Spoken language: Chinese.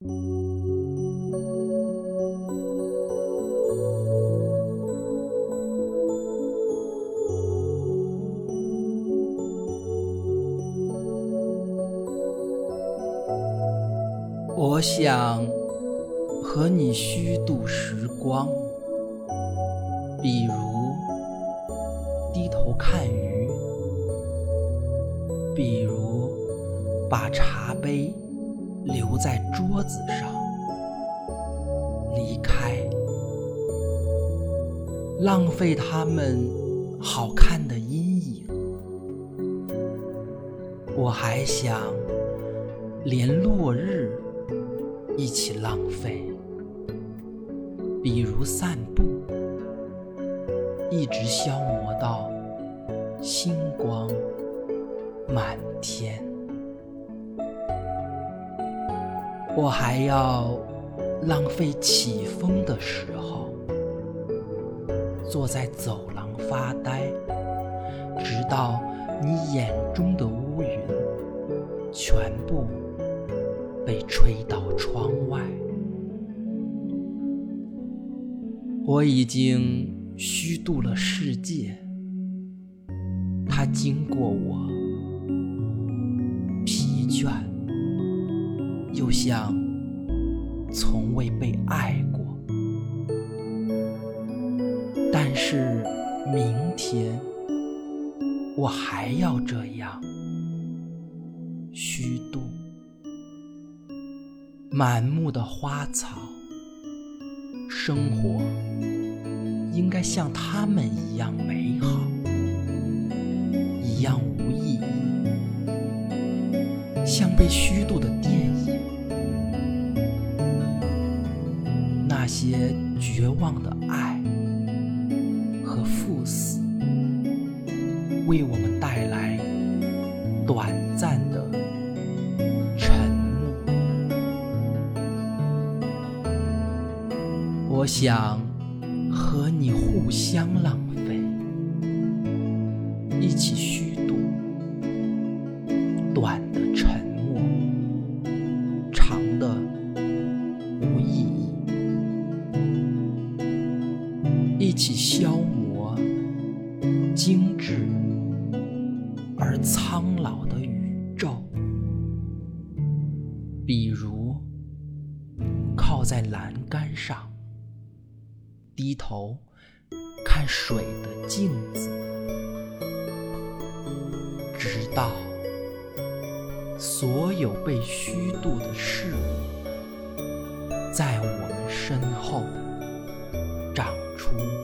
我想和你虚度时光，比如低头看鱼，比如把茶杯留在桌子上，离开，浪费它们好看的阴影。我还想连落日一起浪费，比如散步，一直消磨到星光满天。我还要浪费起风的时候，坐在走廊发呆，直到你眼中的乌云全部被吹到窗外。我已经虚度了世界，它经过我，疲倦，又像从未被爱过。但是明天，我还要这样虚度。满目的花草，生活应该像它们一样美好，一样无意义，像被虚度的电影。那些绝望的爱和赴死，为我们带来短暂的沉默。我想和你互相浪费，一起虚度短的沉默，长的无意义，一起消磨精致而苍老的宇宙。比如靠在栏杆上，低头看水的镜子，直到所有被虚度的事物在我们身后长出